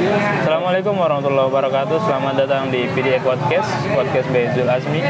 Assalamualaikum warahmatullahi wabarakatuh. Selamat datang di PDA Podcast Bezul Azmi.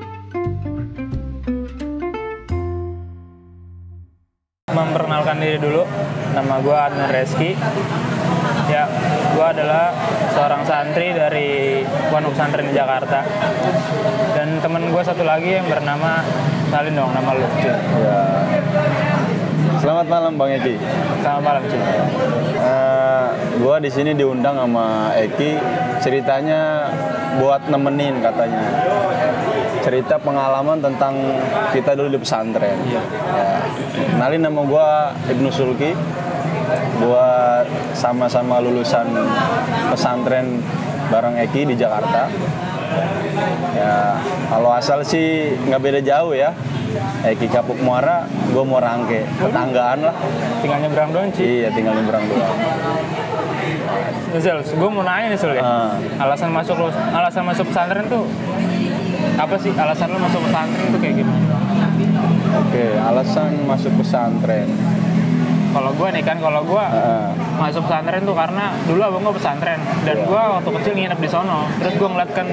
Memperkenalkan diri dulu, nama gue Adnan Reski. Ya, gue adalah seorang santri dari Pondok Pesantren di Jakarta. Dan teman gue satu lagi yang bernama Salin dong, nama lu. Ya. Selamat malam Bang Eki. Selamat malam, Cik. Gue di sini diundang sama Eki, ceritanya buat nemenin katanya. Cerita pengalaman tentang kita dulu di pesantren. Iya. Ya. Kenalin, nama gue Ibnu Sulki. Gue sama-sama lulusan pesantren bareng Eki di Jakarta. Ya, kalau asal sih nggak beda jauh ya. Eki Kapuk Muara, gue Muara Angke, tetanggaan lah. Tinggal nyebrang doang, Cik. Iya, tinggal nyebrang doang. Sul, gue mau nanya nih, Sul ya. Alasan masuk pesantren tuh apa sih? Alasan lo masuk pesantren tuh kayak gimana? Oke, alasan masuk pesantren. Kalau gue masuk pesantren tuh karena dulu abang gue pesantren dan gue waktu kecil nginep di sono. Terus gue ngeliat kan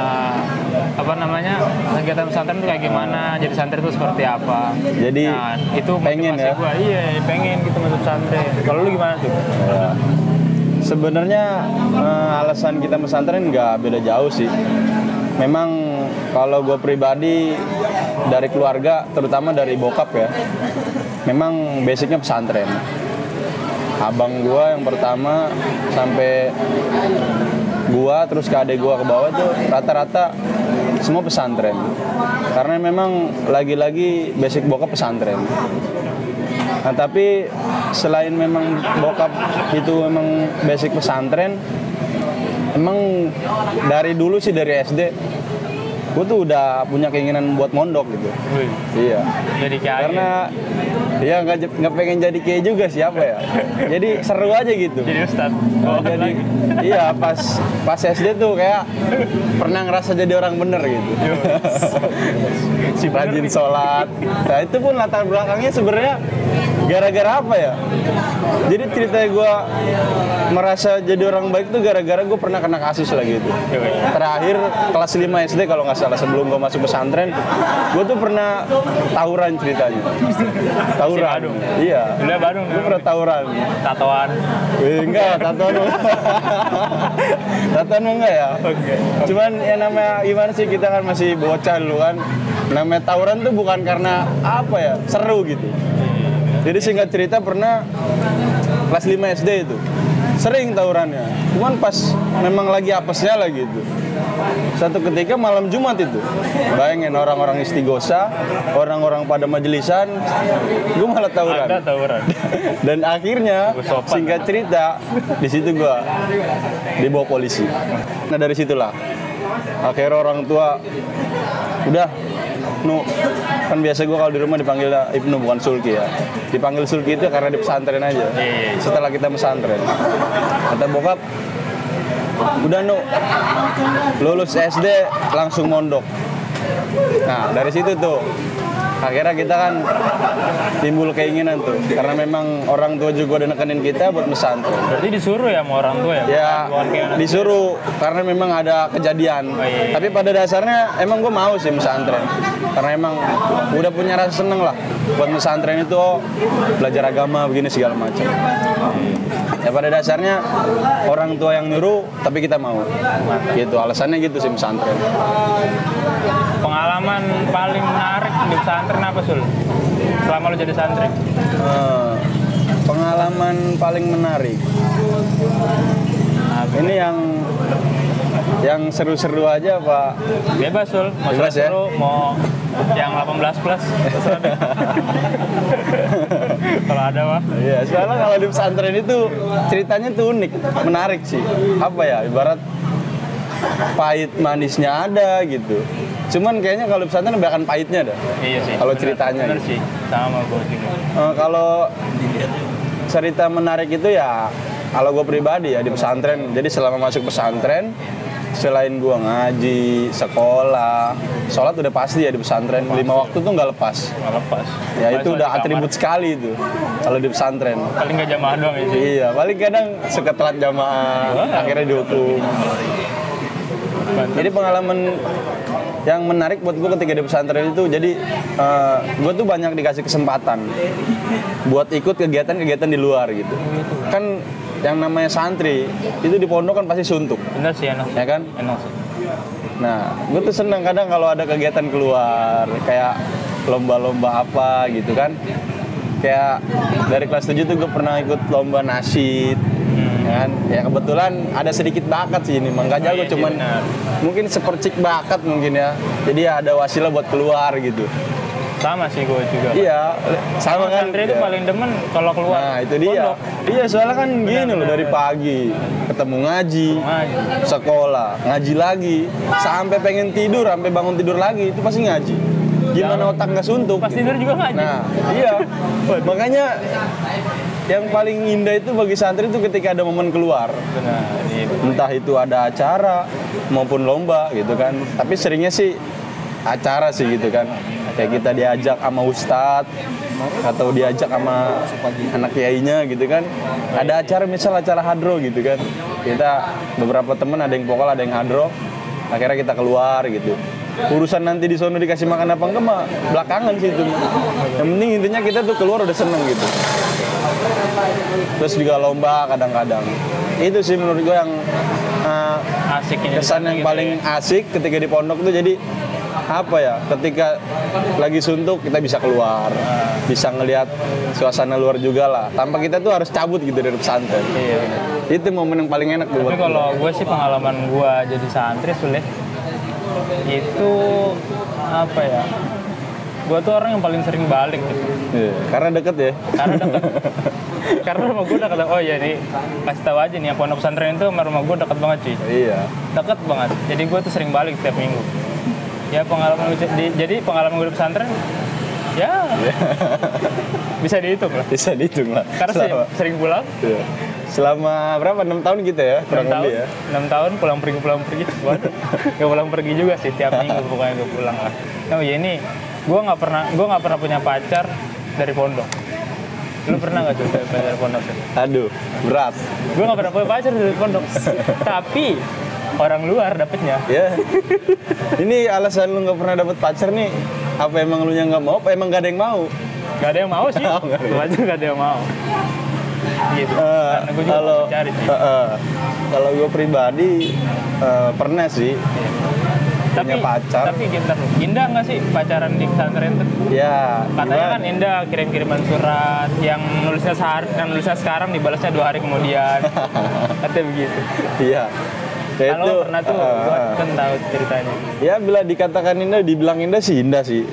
kegiatan pesantren tuh kayak gimana, jadi santri itu seperti apa. Jadi nah, itu pengen ya? Gue. Iya, pengen gitu masuk pesantren. Kalau lu gimana tuh? Ya. Sebenarnya alasan kita pesantren nggak beda jauh sih. Memang kalau gue pribadi dari keluarga, terutama dari bokap ya, memang basicnya pesantren. Abang gue yang pertama sampai gue terus ke adik gue ke bawah tuh rata-rata semua pesantren. Karena memang lagi-lagi basic bokap pesantren. Nah tapi selain memang bokap itu memang basic pesantren, emang dari dulu sih dari SD gue tuh udah punya keinginan buat mondok gitu. Iya. Jadi karena ya nggak pengen jadi kayak juga siapa ya. Jadi seru aja gitu. Jadi ustad. Jadi iya pas SD tuh kayak pernah ngerasa jadi orang bener gitu. Si rajin sholat. Nah itu pun latar belakangnya sebenarnya gara-gara apa ya? Jadi ceritanya gue merasa jadi orang baik tuh gara-gara gue pernah kena kasus lagi gitu. Terakhir kelas 5 SD kalau nggak salah, sebelum gue masuk pesantren, gue tuh pernah tawuran ceritanya. Tawuran. Iya. Udah Bandung. Gue pernah tawuran. Tatoan. Enggak, tatoan. Tatoan enggak ya? Oke. Cuman ya namanya gimana sih, kita kan masih bocah dulu kan. Namanya tawuran tuh bukan karena apa ya, seru gitu. Jadi singkat cerita pernah kelas 5 SD itu sering tawurannya. Cuman pas memang lagi apesnya lah gitu. Satu ketika malam Jumat itu, bayangin orang-orang istighosa, orang-orang pada majelisan, gue malah tawuran. Ada tawuran. Dan akhirnya singkat cerita di situ gue dibawa polisi. Nah dari situlah akhirnya orang tua udah kan biasa gue kalau di rumah dipanggil Ibnu bukan Sulki ya. Dipanggil Sulki itu karena di pesantren aja. Setelah kita pesantren, kata bokap, udah lulus SD langsung mondok. Nah dari situ tuh akhirnya kita kan timbul keinginan tuh, karena memang orang tua juga udah nekenin kita buat pesantren. Berarti disuruh ya sama orang tua ya? Ya disuruh karena memang ada kejadian. Tapi pada dasarnya emang gue mau sih pesantren, karena emang udah punya rasa seneng lah buat pesantren itu, belajar agama begini segala macam. Ya pada dasarnya orang tua yang nyuruh tapi kita mau. Gitu alasannya gitu sih pesantren. Pengalaman paling menarik di pesantren apa, Sul? Selama lu jadi santri? Pengalaman paling menarik. Ini yang seru-seru aja, Pak. Bebas, Sul. Mau Bebas, seru, ya? mau yang 18 plus. Kalau ada, Pak. Iya, soalnya kalau di pesantren itu ceritanya tuh unik, menarik sih. Apa ya, ibarat pahit manisnya ada gitu. Cuman kayaknya kalau di pesantren bahkan pahitnya ada. Iya sih. Kalau ceritanya. Bener gitu. sih. Sama gue juga. Kalau cerita menarik itu ya, kalau gue pribadi ya di pesantren. Jadi selama masuk pesantren, selain gue ngaji, sekolah, sholat udah pasti ya di pesantren. 5 waktu tuh nggak lepas. Nggak lepas. Ya Paling itu sholat udah di kamar. atribut sekali itu kalau di pesantren. Paling nggak jamaah doang ya sih. Iya, paling kadang suka telat jamaah, akhirnya dihukum. Jadi pengalaman yang menarik buat gue ketika di pesantren itu, jadi gue tuh banyak dikasih kesempatan buat ikut kegiatan-kegiatan di luar gitu. Kan yang namanya santri itu di pondok kan pasti suntuk, Bener sih enak. ya kan? Enak sih. Nah, gue tuh seneng kadang kalau ada kegiatan keluar, kayak lomba-lomba apa gitu kan. Kayak dari kelas 7 tuh gue pernah ikut lomba nasyid, ya kan? Ya kebetulan ada sedikit bakat sih ini, nggak jago, iya sih, cuman benar. mungkin sepercik bakat mungkin ya. Jadi ya ada wasilah buat keluar gitu. Sama sih gue juga. Iya, sama kan. Santri itu Ya. paling demen kalau keluar. Nah, itu dia. pondok. Iya, soalnya kan gini loh, dari pagi ketemu ngaji, Ngaji. sekolah, ngaji lagi, sampai pengen tidur, sampai bangun tidur lagi, itu pasti ngaji. Gimana otak nggak suntuk? Pas tidur juga ngaji. Nah, iya. Makanya yang paling indah itu bagi santri itu ketika ada momen keluar. Benar. Itu. Entah itu ada acara maupun lomba gitu kan. Tapi seringnya sih acara sih gitu kan. Kayak kita diajak sama ustadz atau diajak sama anak kiainya gitu kan. Ada acara, misal acara hadro gitu kan. Kita beberapa temen ada yang vokal, ada yang hadro. Akhirnya kita keluar gitu. Urusan nanti di sono dikasih makan apa enggak mah belakangan sih itu. Yang penting intinya kita tuh keluar udah seneng gitu. Terus juga lomba kadang-kadang. Itu sih menurut gue yang Asik ini. kesan yang paling asik ketika di pondok tuh. Jadi apa ya, ketika lagi suntuk kita bisa keluar, bisa ngelihat suasana luar juga lah, tanpa kita tuh harus cabut gitu dari pesantren. Iya. Itu momen yang paling enak tuh Tapi buat kalau gue sih pengalaman gue jadi santri sulit. Itu apa ya? Gue tuh orang yang paling sering balik gitu. Iya, karena deket ya. Karena deket. Karena rumah gue deket. Oh iya nih, kasih tahu aja nih, pondok pesantren itu sama rumah gue deket banget cuy. Iya. Deket banget. Jadi gue tuh sering balik setiap minggu. Ya pengalaman jadi pengalaman gue di pesantren ya bisa dihitung lah. Bisa dihitung lah. Karena sering pulang. Iya. Selama berapa? 6 tahun gitu ya? 6 tahun, ya? 6 tahun pulang pergi. Waduh, gak pulang pergi juga sih, tiap minggu pokoknya gue pulang lah. Oh ya ini, gue nggak pernah punya pacar dari pondok. Lu pernah nggak tuh pacar dari pondok? Aduh, berat. Gue nggak pernah punya pacar dari pondok. Tapi orang luar dapetnya. Ya. Ini alasan lu nggak pernah dapet pacar nih? Apa emang lu yang nggak mau? Apa emang gak ada yang mau? Gak ada yang mau sih. Oh, nggak ada. Lu aja gak ada yang mau. Gitu. Karena gue juga Kalau mau cari sih. kalau gue pribadi pernah sih punya pacar. Tapi gitu, indah nggak sih pacaran di pesantren tuh? Ya, Katanya gimana? kan indah kirim-kiriman surat yang nulisnya sehari, yang nulisnya sekarang dibalasnya 2 hari kemudian. Katanya begitu. Iya. Ya Kalau itu, pernah tuh, gue kan tahu ceritanya. ya bila dikatakan indah, dibilang indah sih indah sih.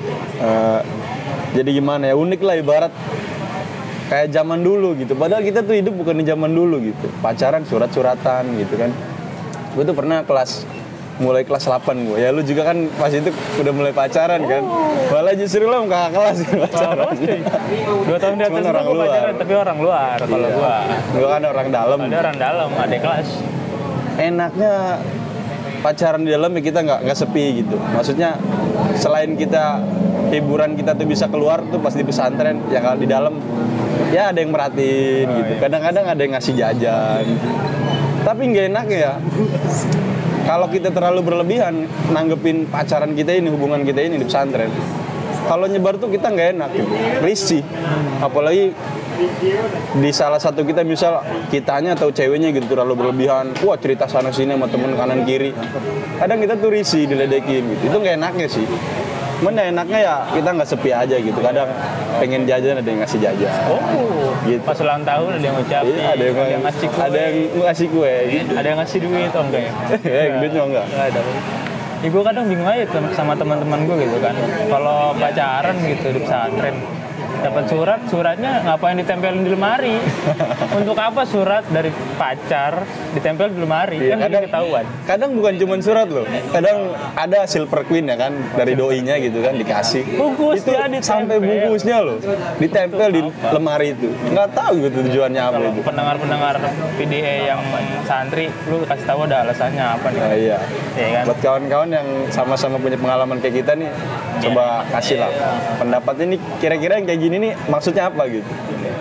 Jadi gimana ya, unik lah, ibarat kayak zaman dulu gitu. Padahal kita tuh hidup bukan di zaman dulu gitu. Pacaran surat-suratan gitu kan. Gue tuh pernah mulai kelas 8 gue. Ya lu juga kan pas itu udah mulai pacaran kan. Malah justru lu kakak kelas pacaran. 2 tahun di atas Cuman orang gue luar. pacaran, tapi orang luar. Kalau Iya. Gue kan orang dalam. ada orang dalam, ada kelas. Enaknya pacaran di dalam ya kita nggak sepi gitu. Maksudnya selain kita hiburan kita tuh bisa keluar tuh pas di pesantren, ya kalau di dalam ya ada yang merhatiin gitu. Kadang-kadang ada yang ngasih jajan. Tapi nggak enaknya ya, kalau kita terlalu berlebihan nanggepin pacaran kita ini, hubungan kita ini di pesantren. Kalau nyebar tuh kita nggak enak gitu, risih. Apalagi di salah satu kita, misal kitanya atau ceweknya gitu terlalu berlebihan, wah cerita sana sini sama temen kanan kiri, kadang kita tuh risih, diledekin gitu. Itu nggak enaknya sih. Mana enaknya ya kita nggak sepi aja gitu. Kadang pengen jajan ada yang ngasih jajan. Oh, Gitu. pas ulang tahun ada yang ngucapin, Iya, ada yang ngasih kue, ada yang ngasih kue gitu. ada yang ngasih duit atau enggak ya? Duitnya enggak. Nggak ada. Ya, gue kadang bingung aja tuh sama teman-teman gue gitu kan. Kalau pacaran gitu di pesantren, dapat suratnya ngapain ditempelin di lemari? Untuk apa surat dari pacar ditempel di lemari? Iya, Kan kadang ketahuan. Kadang bukan cuma surat loh, kadang ada silver queen ya kan dari doinya gitu kan dikasih. Bungkusnya Itu ditempel. sampai bungkusnya loh ditempel di lemari itu. Nggak tahu gitu tujuannya apa Kalau itu. pendengar PDA yang santri, lu kasih tahu ada alasannya apa nih? Nah, iya. Iya kan? Buat kawan-kawan yang sama-sama punya pengalaman kayak kita nih, coba kasih lah pendapat ini kira-kira yang kayak gini nih maksudnya apa gitu.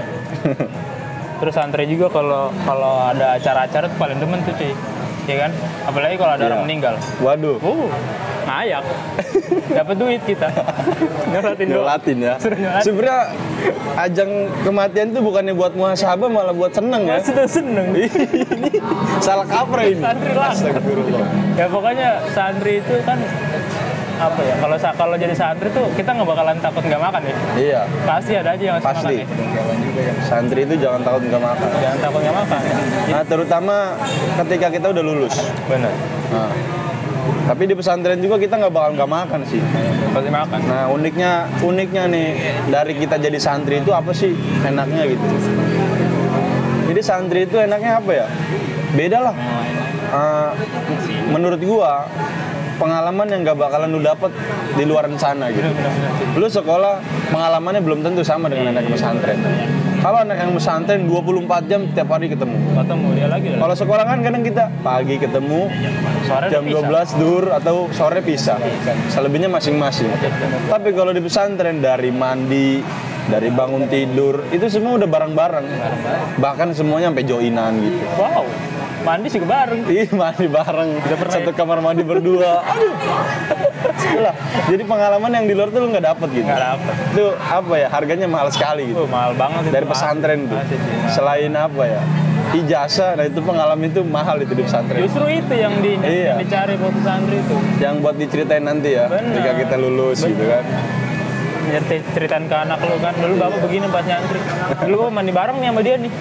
Terus santri juga kalau ada acara-acara tuh paling demen tuh cuy, ya kan? Apalagi kalau ada orang Iya. meninggal. Waduh, Ngayak. Dapat duit kita. Nyolatin doang. nyolatin ya. Suruh nyolatin. Sebenarnya ajang kematian tuh bukannya buat muhasabah malah buat seneng ya. Seneng. Ini salah kaprah ini. Santri lah. Astagfirullah. Ya pokoknya santri itu kan apa ya? Kalau jadi santri tuh kita nggak bakalan takut nggak makan ya. Iya, Pasti ada aja yang ngasih pasti. makan ya. Santri itu jangan takut nggak makan. Jangan takut nggak makan. Nah, terutama ketika kita udah lulus. Bener. Nah, tapi di pesantren juga kita nggak bakal nggak makan sih. Pasti makan. Nah, uniknya nih dari kita jadi santri itu apa sih enaknya gitu. Jadi santri itu enaknya apa ya? Beda lah. Menurut gua pengalaman yang nggak bakalan lu dapet di luar sana gitu. Lu sekolah pengalamannya belum tentu sama dengan anak pesantren. Kalau anak yang pesantren 24 jam tiap hari ketemu. Ketemu dia lagi. Kalau sekolah kan kadang kita pagi ketemu, Sore jam udah pisah. 12 duhur atau sore pisah. Selebihnya masing-masing. Tapi kalau di pesantren dari mandi, dari bangun tidur, itu semua udah bareng-bareng. Bahkan semuanya sampai joinan gitu. Wow. Mandi juga bareng. Ih, mandi bareng. pernah Satu kamar mandi berdua. Aduh. Itulah. Jadi pengalaman yang di luar tuh lu nggak dapet gitu. Nggak dapet. Itu apa ya? Harganya mahal sekali gitu. Mahal banget itu. Dari pesantren tuh. Masih sih, mahal. Selain apa ya? Ijazah, nah itu pengalaman itu mahal itu di pesantren. Justru itu yang Iya. dicari buat santri itu. Yang buat diceritain nanti ya, Bener. ketika kita lulus gitu kan. Ceritain ke anak lu kan, dulu bapak begini pas nyantri. Dulu gua mandi bareng nih sama dia nih.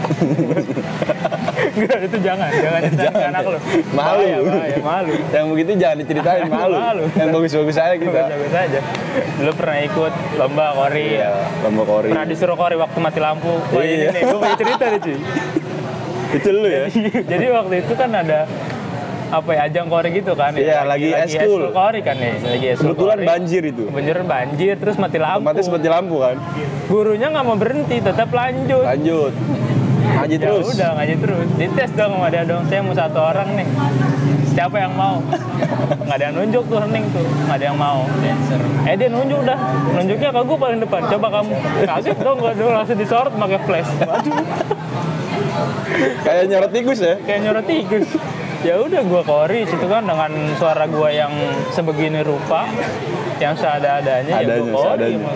Enggak, itu jangan ceritain ke anak lu. Malu. Bahaya, malu. Yang begitu jangan diceritain, malu. Malu. Yang bagus-bagus aja kita. Bagus aja. Dulu pernah ikut lomba kori. Iya, lomba kori. Pernah disuruh kori waktu mati lampu. Wah, ini Iya. nih, gue punya cerita nih cuy. Itu lu ya? Jadi waktu itu kan ada apa ya, ajang kori gitu kan. Iya, lagi eskul. Kori kan nih, lagi eskul Kebetulan kori. banjir itu. Bener banjir, terus mati lampu. Otomatis mati lampu kan. Gurunya nggak mau berhenti, tetap lanjut. Lanjut. Ngaji Ya terus. udah ngaji terus. Dites dong sama dia dong. Saya mau 1 orang nih. Siapa yang mau? Nggak ada yang nunjuk tuh hening tuh. Nggak ada yang mau. Dia nunjuk dah. Nunjuknya ke gue paling depan. Coba kamu. Kaget dong gue dulu langsung disorot pakai flash. Waduh. Kayak nyorot tikus ya. Kayak nyorot tikus. Ya udah gue kori situ kan dengan suara gue yang sebegini rupa, yang seadanya ya gue Adanya, kori. seadanya.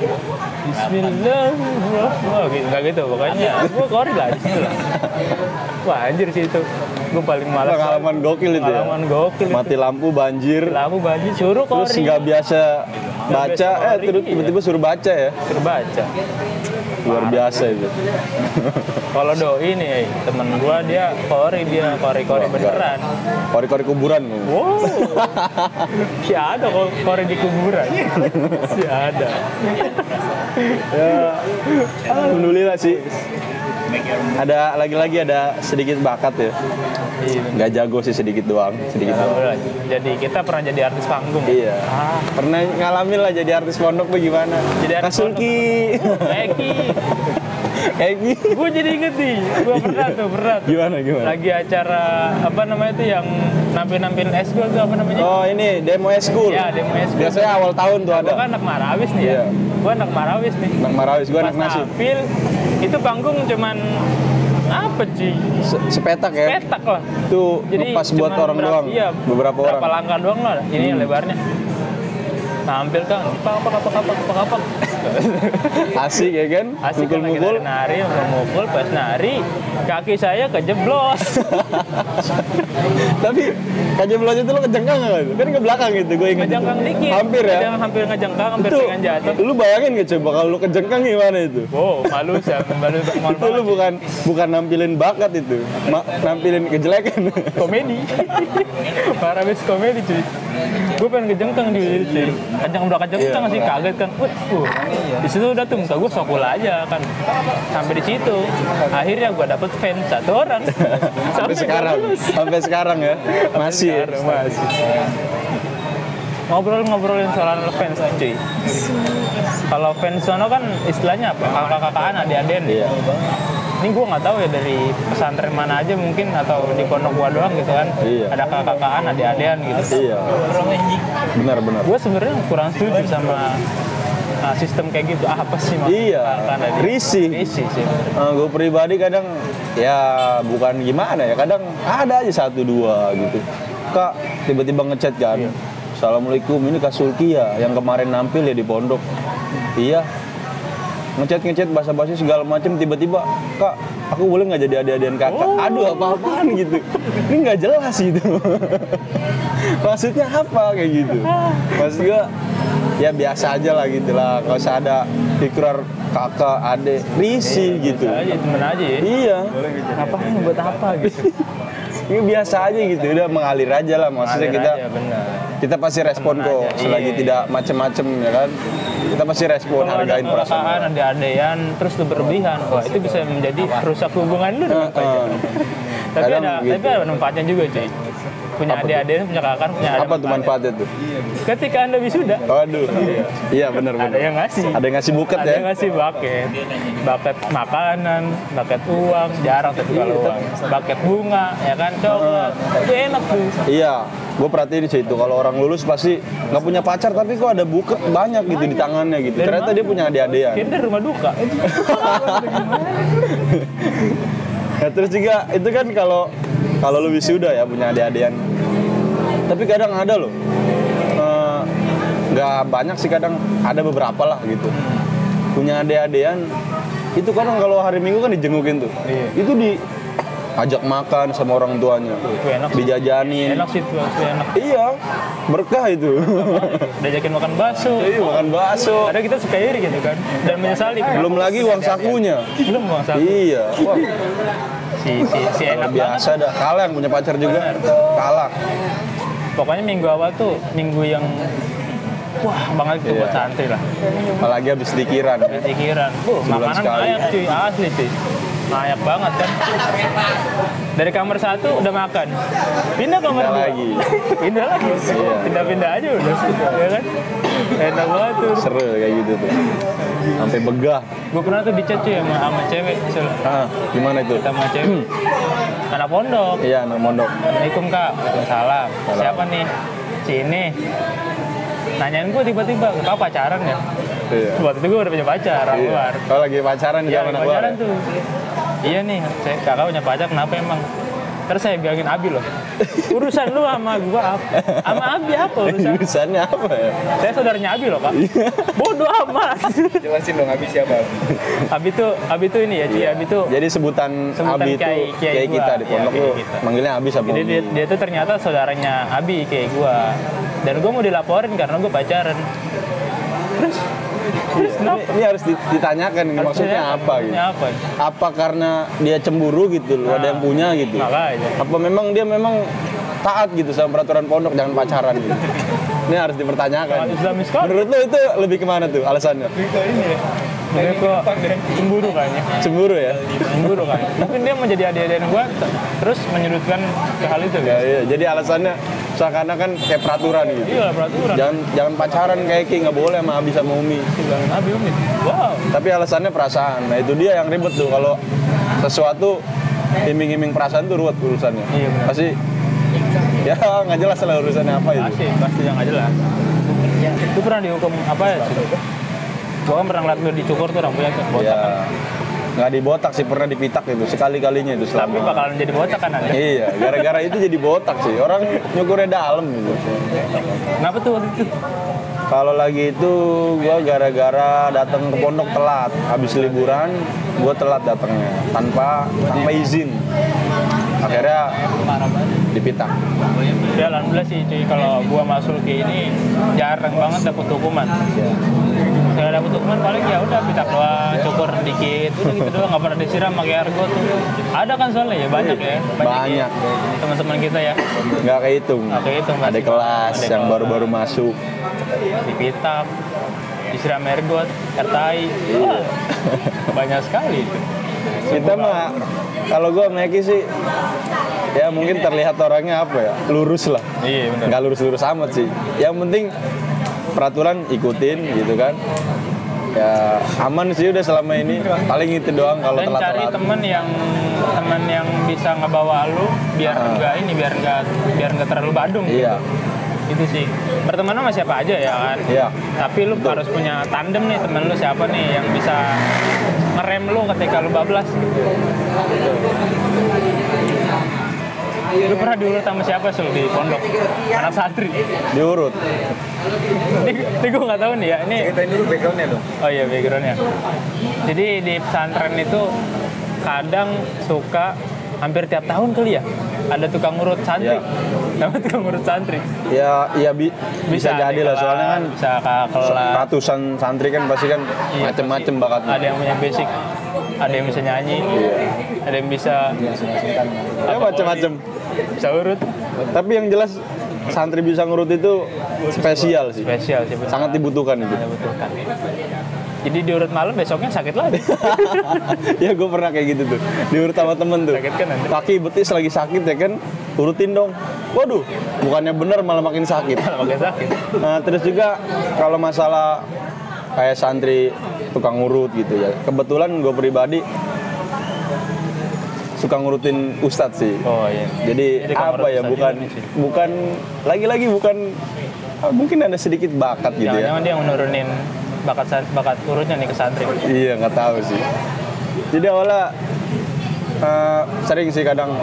Bismillahirrahmanirrahim. Enggak gitu pokoknya. Gue kori lah di situ lah. Wah anjir sih itu. Gue paling malas. Pengalaman gokil itu ya. Pengalaman gokil itu. Mati lampu banjir. Lampu banjir suruh kori. Terus nggak biasa baca, biasa kori, terus iya. tiba-tiba suruh baca ya. Suruh baca. Luar biasa itu. Kalau doi nih temen gue dia kori beneran. Kori-kori kuburan. Wow, si ada kok kori di kuburan, si ada. Ya, alhamdulillah sih. Ada lagi-lagi ada sedikit bakat ya. Iya. Nggak jago sih sedikit doang, sedikit doang. Alhamdulillah. Jadi kita pernah jadi artis panggung. Iya. Pernah ngalamin lah jadi artis pondok tuh gimana? Jadi artis Kasuki. Eki, Eki. gue jadi inget nih, gue pernah tuh. Gimana? Lagi acara apa namanya tuh yang nampil eskul tuh apa namanya? Oh ini demo eskul. Ya demo eskul. Biasanya awal tahun tuh ada. Gue kan anak Marawis nih ya. Iya. Gue anak Marawis nih. Anak Marawis, gue anak Pas nasi. nampil, itu panggung cuman apa sih? Sepetak ya. Petak lah. Itu pas buat cuman orang doang. Iya, Beberapa orang. Berapa langkah doang lah. Ini lebarnya. Tampil kan, apa. Asik ya kan? Asik kan lagi Mukul-mukul. nari, pas nari, kaki saya kejeblos. Tapi kaki belakang itu lo kejengkang nggak? Kan ke belakang gitu, gue ingat. Ngejengkang dikit. Hampir ya? Hampir ngejengkang, hampir Itu, pengen jatuh. lu bayangin gak coba kalau lu kejengkang gimana itu? Wow, malu sih, malu Itu lu bukan nampilin bakat itu, nampilin kejelekan. komedi. Parah bis komedi cuy. Gue pengen ngejengkang di situ. Udah kejengkang sih, kaget kan. Di situ udah tuh muka gue sokul aja kan. Sampai di situ. Akhirnya gue dapet fans 1 orang. Sampai sekarang ya. Masih. Ngobrolin soal fans cuy. Kalau fans sono kan istilahnya apa? Kakak-kakaan, adik-adikan. Iya. Ini gue nggak tahu ya dari pesantren mana aja mungkin atau di pondok gua doang gitu kan. Iya. Ada kakak-kakaan, adik-adikan gitu. Iya. Benar. Gue sebenarnya kurang setuju sama sistem kayak gitu. Apa sih maksudnya? Iya. Risih sih. Gue pribadi kadang ya bukan gimana ya, kadang ada aja 1-2 gitu. Kak tiba-tiba ngechat kan. Iya. Assalamualaikum, ini Kak Sulki ya yang kemarin nampil ya di pondok. Iya. Ngechat basa-basi segala macam, tiba-tiba Kak aku boleh nggak jadi adik-adikan kakak? Aduh apa-apaan gitu, ini nggak jelas gitu. Maksudnya apa kayak gitu? Maksud gue ya biasa aja lah gitu lah, nggak usah ada ikrar kakak adik, risih gitu. Aja temen aja ya. Iya. Ngapain buat apa gitu? Ini biasa aja gitu, udah mengalir aja lah. Maksudnya kita pasti respon kok, selagi tidak macem-macem ya kan. Kita pasti respon, hargain perasaan. Kalau ada-adaan terus lu berlebihan, wah itu bisa menjadi rusak hubungan lu dengan pacar. Tapi ada manfaatnya juga cuy. Punya adik-adik, punya kakak, punya adik. Apa tuh manfaatnya tuh? Ketika Anda wisuda. Waduh. Iya benar. Ada yang ngasih. Ada yang ngasih buket ya. Ada yang ngasih buket makanan, buket uang, jarang tapi kalau uang. Buket bunga, ya kan coklat. Itu enak tuh. Iya. Gue perhatiin sih itu kalau orang lulus pasti nggak punya pacar tapi kok ada buket banyak gitu di tangannya gitu. Ternyata dia punya adik-adikan. Kira dari rumah duka. Ya, terus juga itu kan kalau lu wisuda ya punya adik-adikan. Tapi kadang ada loh. Nggak banyak sih, kadang ada beberapa lah gitu. Punya adik-adikan itu kadang kalau hari Minggu kan dijengukin tuh. Iya. Itu diajak makan sama orang tuanya. Itu enak. Dijajanin. Enak sih itu enak. Iya, berkah itu. Diajakin makan bakso. Iya, makan bakso. Kadang kita suka iri gitu kan. Dan menyesali. Belum lagi uang sakunya. Belum uang saku. Iya. Wah. Si enak biasa banget. dah. Kalah yang punya pacar juga. Kalah. Pokoknya minggu awal tuh minggu yang wah banget tuh buat santri lah. Apalagi habis dikiran. Makanan layak cuy, asli cuy. Layak banget kan. Dari kamar 1 udah makan. Pindah kamar 2. Pindah lagi. Iya. Pindah-pindah aja udah. Ya kan? Enak banget tuh. Seru kayak gitu tuh. Sampai begah. Gue pernah tuh dicat cuy sama cewek. Gimana itu? Sama cewek. Anak pondok. Iya, anak pondok. Assalamualaikum Kak. Waalaikumsalam. Siapa nih? Si ini. Nanyain gue tiba-tiba, kau pacaran ya? Iya. Waktu itu gue udah punya pacar, keluar. Kalau lagi pacaran di zaman keluar. Pacaran tuh. Iya nih, kakak punya pacar, kenapa emang? Terus saya bilangin Abi loh. Urusan lu sama gua apa? Sama Abi apa urusan? Urusannya apa ya? Saya saudaranya Abi loh, Kak. Bodoh amat. Jelasin dong Abi siapa? Abi tuh ini ya, Ci. Abi tuh. Jadi sebutan Abi itu kiai kita di pondok tuh. Manggilnya Abi sama Jadi dia tuh ternyata saudaranya Abi kiai gua. Dan gua mau dilaporin karena gua pacaran. Terus ini harus ditanyakan maksudnya apa gitu? Apa karena dia cemburu gitu loh, ada yang punya gitu? Makanya. Apa memang dia taat gitu sama peraturan pondok jangan pacaran gitu? Ini harus dipertanyakan. Menurut lo itu lebih kemana tuh alasannya? Dia kok cemburu kayaknya. Cemburu ya? Cemburu kan. Mungkin dia mau jadi adik-adikan gua terus menyudutkan ke hal itu ya, iya. Jadi alasannya seakan-akan kayak peraturan gitu. Iya, peraturan. Jangan pacaran kayak Ki, nggak boleh sama Abi sama Umi. Abi Umi. Wow. Tapi alasannya perasaan. Nah, itu dia yang ribet tuh kalau sesuatu iming-iming perasaan tuh ruwet urusannya. Iya, benar. Pasti ya nggak jelas lah urusannya apa itu. Pasti yang nggak jelas. Ya, itu pernah dihukum apa ya? Gua kan pernah ngeliat lu dicukur tuh rambutnya botak. Iya. Nggak dibotak sih, pernah dipitak itu sekali-kalinya itu selama. Tapi bakalan jadi botak kan ada. Iya, gara-gara itu jadi botak sih. Orang nyukurnya dalam gitu. Kenapa tuh waktu itu? Kalau lagi itu gua gara-gara datang ke pondok telat habis liburan, gue telat datangnya tanpa izin. Akhirnya dipita. Ya alhamdulillah sih cuy, kalau gua masuk ke ini jarang banget dapat hukuman. Saya dapat hukuman paling ya udah pita doang, cukur dikit, udah gitu doang, nggak pernah disiram pakai argo tuh. Ada kan soalnya ya banyak ya. Banyak. Teman-teman kita ya. Nggak kehitung. Ada kelas yang baru-baru masuk. Dipita, disiram ergot, air tai. Wah, banyak sekali itu. Kita mah kalau gue Meki sih ya mungkin terlihat orangnya apa ya, lurus lah. Iya benar. Nggak lurus-lurus amat sih. Yang penting peraturan ikutin gitu kan. Ya aman sih udah selama ini. Paling itu doang kalau dan telat-telat. cari teman yang bisa ngebawa lu biar enggak terlalu badung. Iya. Itu sih. Berteman sama siapa aja ya kan. Iya. Tapi lu harus punya tandem nih, temen lu siapa nih yang bisa ngerem lu ketika lu bablas gitu. Lu pernah diurut sama siapa sih di pondok? Anak santri. Diurut. Ini gue nggak tahu nih ya. Ini Ceritain dulu backgroundnya dong. oh iya backgroundnya. Jadi di pesantren itu kadang suka hampir tiap tahun kali ya ada tukang urut santri. Nama tukang urut santri. Ya bisa jadi lah soalnya kan bisa kelas. ratusan santri kan pasti kan Iya, macem-macem bakatnya. Ada yang punya basic, ada yang bisa nyanyi, ada yang bisa Ya macem-macem. bisa urut. Tapi yang jelas santri bisa ngurut itu spesial sih. Spesial sih. Sangat dibutuhkan itu. Sangat dibutuhkan. Jadi diurut malam besoknya sakit lagi. Ya gue pernah kayak gitu tuh. Diurut sama temen tuh. Sakit kan nanti? Kaki betis lagi sakit ya kan. Urutin dong. Waduh, bukannya bener malah makin sakit. Makin sakit. Nah, terus juga kalau masalah kayak santri tukang ngurut gitu ya. Kebetulan gue pribadi suka ngurutin ustadz sih. Oh iya. Jadi apa ya, bukan lagi-lagi bukan mungkin ada sedikit bakat gitu ya. Jangan-jangan dia yang menurunin bakat urutnya nih ke santri. Iya, nggak tahu sih. Jadi awalnya sering sih kadang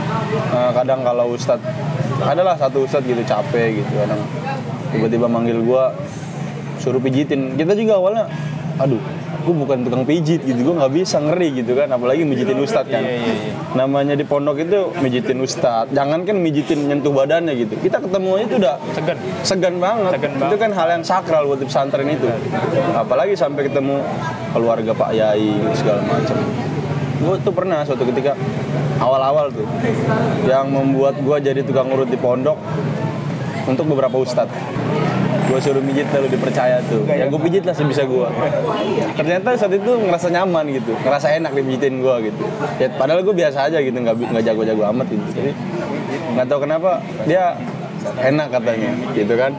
kalau ustadz, adalah satu ustadz gitu capek gitu, kadang tiba-tiba manggil gua suruh pijitin. Kita juga awalnya, aduh, gue bukan tukang pijit gitu, gue nggak bisa, ngeri gitu kan, apalagi mijitin ustadz kan. Iya. Namanya di pondok itu mijitin ustadz, jangan kan mijitin nyentuh badannya gitu. Kita ketemu itu udah segan banget. Itu kan hal yang sakral buat di pesantren itu. Apalagi sampai ketemu keluarga Pak Yai segala macam. Gue tuh pernah suatu ketika awal-awal tuh yang membuat gue jadi tukang urut di pondok untuk beberapa ustadz. Gue suruh mijit lalu dipercaya tuh. Ya gue pijit lah sebisa gue. Ternyata saat itu ngerasa nyaman gitu, ngerasa enak dipijitin gue gitu. Ya, padahal gue biasa aja gitu, nggak jago-jago amat gitu. Jadi nggak tahu kenapa dia enak katanya, gitu kan.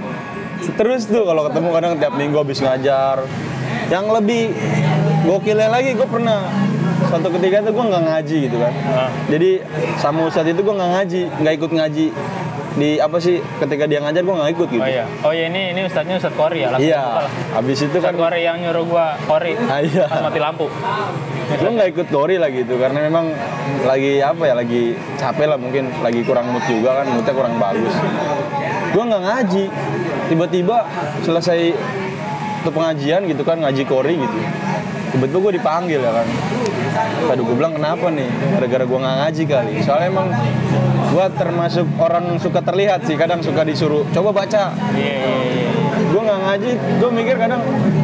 Terus tuh kalau ketemu kadang tiap minggu habis ngajar. Yang lebih gokilnya lagi, gue pernah suatu ketika tuh gue nggak ngaji gitu kan. Jadi sama ustadz itu gue nggak ikut ngaji. Di apa sih, ketika dia ngajar gue nggak ikut gitu. Oh iya, ini ustadznya ustadz Kori ya. Iya. Habis itu kan ustadz Kori yang nyuruh gua Kori. Iya. Pas mati lampu. Gue nggak ikut Kori lah gitu karena memang lagi lagi capek lah, mungkin lagi kurang mood juga kan, moodnya kurang bagus. Gue nggak ngaji. Tiba-tiba selesai tuh pengajian gitu kan, ngaji Kori gitu. Tiba-tiba gue dipanggil ya kan. Aduh, gue bilang kenapa nih? Gara-gara gue nggak ngaji kali. Soalnya emang gue termasuk orang suka terlihat sih, kadang suka disuruh coba baca. Iya. Gue nggak ngaji, gue mikir kadang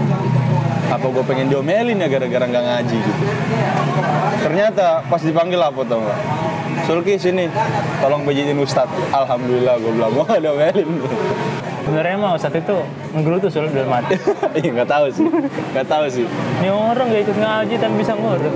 apa gue pengen diomelin ya gara-gara nggak ngaji gitu. Ternyata pas dipanggil apa tau nggak? Sulki sini, tolong pijitin ustadz. Alhamdulillah gue bilang, gue nggak diomelin. Sebenarnya mah ustadz itu menggerutu soal dalam hati. Iya nggak tahu sih. Ini orang gak ikut ngaji tapi bisa ngurut.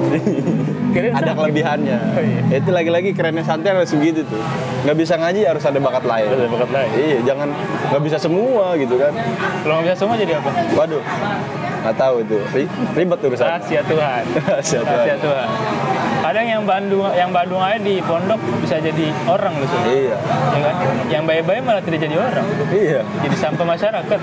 Ada kelebihannya. Oh, iya. Itu lagi-lagi kerennya santri harus begitu tuh. Nggak bisa ngaji harus ada bakat lain. Iya, jangan nggak bisa semua gitu kan. Kalau nggak bisa semua jadi apa? Waduh, nggak tahu itu. Ribet urusan. Rahasia Tuhan. Rahasia Tuhan. Kadang yang Bandung aja di pondok bisa jadi orang loh. Iya. Ya kan? Yang baik-baik malah tidak jadi orang. Iya. Jadi sampah masyarakat.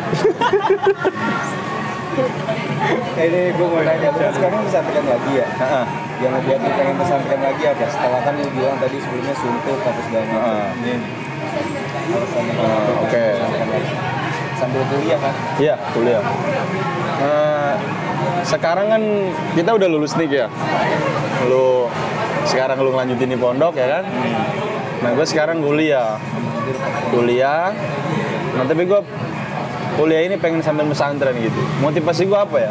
Ini gue mau nanya, lu kan sekarang pesantren lagi ya? Yang ngebuat lu pengen pesantren lagi apa? Setelah kan lu bilang tadi sebelumnya suntuk apa segala macam. Ini alasannya Oke. pesantren lagi. Sambil kuliah kan? Iya, kuliah. sekarang kan kita udah lulus nih ya. Sekarang lu ngelanjutin di pondok ya kan. Nah gue sekarang kuliah. Nah tapi gue kuliah ini pengen sambil pesantren gitu. Motivasi gue apa ya?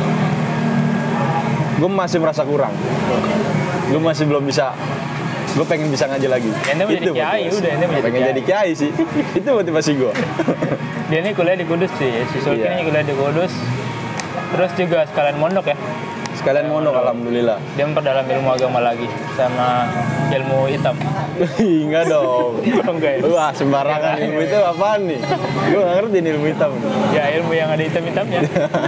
Gue masih merasa kurang. Gue masih belum bisa. Gue pengen bisa ngaji lagi. Ente mau jadi kiai udah, ente mau jadi pengen kiai. jadi kiai sih. Itu motivasi gue. Dia ini kuliah di Kudus sih, si Sulki Iya. ini kuliah di Kudus. Terus juga sekalian mondok ya. Sekalian mondok alhamdulillah. Dia memperdalam ilmu agama lagi sama ilmu hitam. Enggak dong. Enggak ya? Wah sembarangan ilmu itu apaan nih? Gue gak ngerti nih ilmu hitam. Ya ilmu yang ada hitam-hitamnya.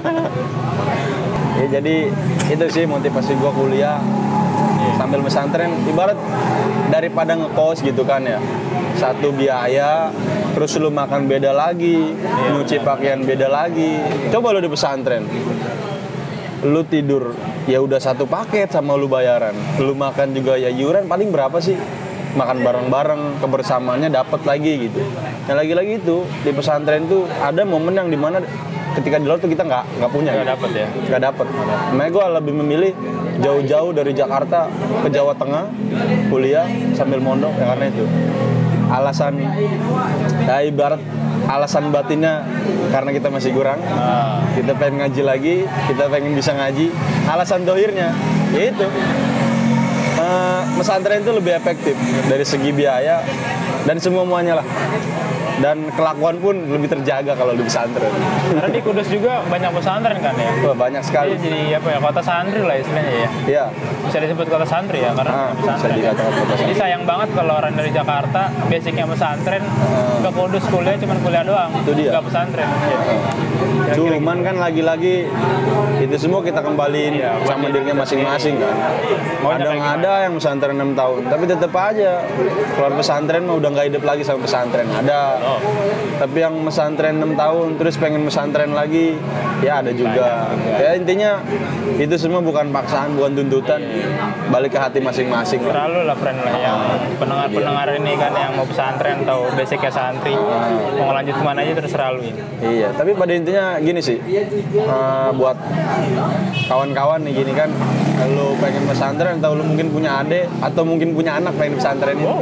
Ya jadi itu sih motivasi gue kuliah sambil pesantren. Ibarat daripada ngekos gitu kan ya. Satu biaya, terus lu makan beda lagi, nyuci pakaian beda lagi. Coba lu di pesantren, lu tidur ya udah satu paket sama lu bayaran. Lu makan juga ya iuran paling berapa sih? Makan bareng-bareng, kebersamaannya dapat lagi gitu. Yang lagi-lagi itu di pesantren tuh ada momen yang dimana ketika di luar tuh kita nggak punya. Nggak dapet ya? Nggak dapet. Makanya gue lebih memilih jauh-jauh dari Jakarta ke Jawa Tengah kuliah sambil mondok ya karena itu. Alasan ya ibarat alasan batinnya karena kita masih kurang, kita pengen ngaji lagi, kita pengen bisa ngaji. Alasan dohirnya yaitu pesantren itu lebih efektif dari segi biaya dan semuanya lah, dan kelakuan pun lebih terjaga kalau di pesantren. Karena di Kudus juga banyak pesantren kan ya. Wah, banyak sekali. Jadi apa ya, kota santri lah istilahnya ya. Iya. Bisa disebut kota santri ya karena Bisa pesantren. dikatakan kota Jadi santri. sayang banget kalau orang dari Jakarta basicnya pesantren ke Kudus kuliah cuma kuliah doang. Itu dia. Nggak pesantren. Ya. Cuman kan lagi-lagi itu semua kita kembaliin Iya, sama buat dirinya kita masing-masing kan. Maunya Kadang kayak ada yang pesantren 6 tahun, tapi tetap aja keluar pesantren mah udah nggak hidup lagi sama pesantren. Ada. Tapi yang pesantren 6 tahun terus pengen pesantren lagi, ya ada juga. Ya intinya itu semua bukan paksaan, bukan tuntutan. Balik ke hati masing-masing. Terlalu lah friend lah yang pendengar-pendengar ini kan yang mau pesantren atau basicnya santri mau lanjut kemana aja terserah lu ini. Iya, tapi pada intinya gini sih, buat kawan-kawan nih gini kan, lu pengen pesantren atau lu mungkin punya adik atau mungkin punya anak pengen pesantren ini.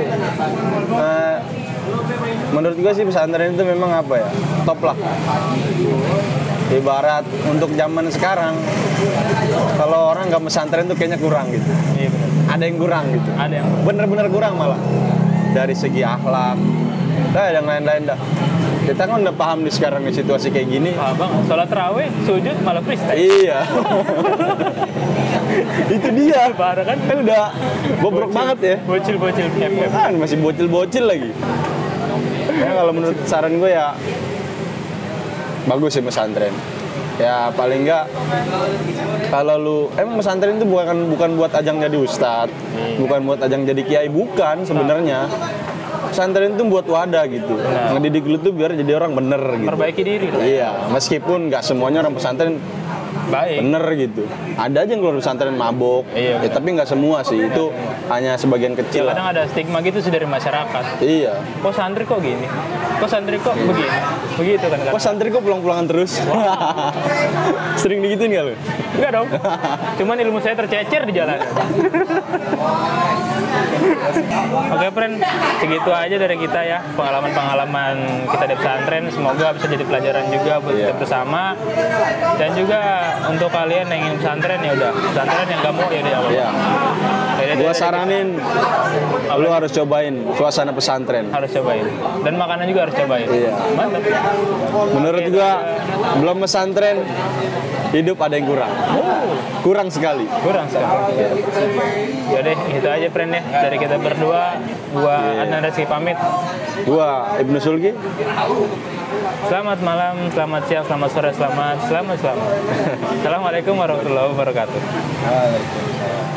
Menurut gue sih pesantren itu memang apa ya, top lah. Ibarat untuk zaman sekarang, kalau orang nggak pesantren tuh kayaknya kurang gitu. Iya benar. Ada yang kurang gitu. Ada yang Bener-bener kurang malah. Dari segi akhlak, yang lain-lain dah. Kita kan udah paham di sekarang di situasi kayak gini. Wah bang, sholat raweh, sujud malah freestyle. Iya. Itu dia. Parah kan? Kan udah bobrok banget ya. Bocil-bocil FF. Kan masih bocil-bocil lagi. Ya kalau menurut saran gue ya bagus sih pesantren. Ya paling enggak kalau lu emang pesantren itu bukan buat ajang jadi ustadz, bukan buat ajang jadi kiai, bukan sebenarnya. Pesantren itu buat wadah gitu. Ngedidik lu tuh biar jadi orang bener gitu. Perbaiki diri lah. Iya, meskipun nggak semuanya orang pesantren Baik. bener gitu. Ada aja yang keluar pesantren mabok, Iya, ya, tapi nggak semua sih. Itu hanya sebagian kecil lah. Kadang ada stigma gitu sih dari masyarakat. Iya. Kok santri kok gini? Kok santri kok begini? Begitu kan? Kok santri kok pulang-pulangan terus? Sering digituin nggak lu? Enggak dong. Cuman ilmu saya tercecer di jalan. Oke, friend. Segitu aja dari kita ya. Pengalaman-pengalaman kita di pesantren. Semoga bisa jadi pelajaran juga buat kita bersama. Dan juga untuk kalian yang ingin pesantren ya udah. Pesantren yang nggak mau ya udah. Iya. Gua saranin lu harus cobain suasana pesantren. Harus cobain. Dan makanan juga harus cobain. Iya. Mantap. Menurut gua belum pesantren hidup ada yang kurang. Kurang sekali. Kurang sekali. Yaudah, itu aja friend ya. Dari kita berdua, gua Adnan Reski pamit. Gua Ibnu Sulki. Selamat malam, selamat siang, selamat sore, selamat. Assalamualaikum warahmatullahi wabarakatuh. Waalaikumsalam.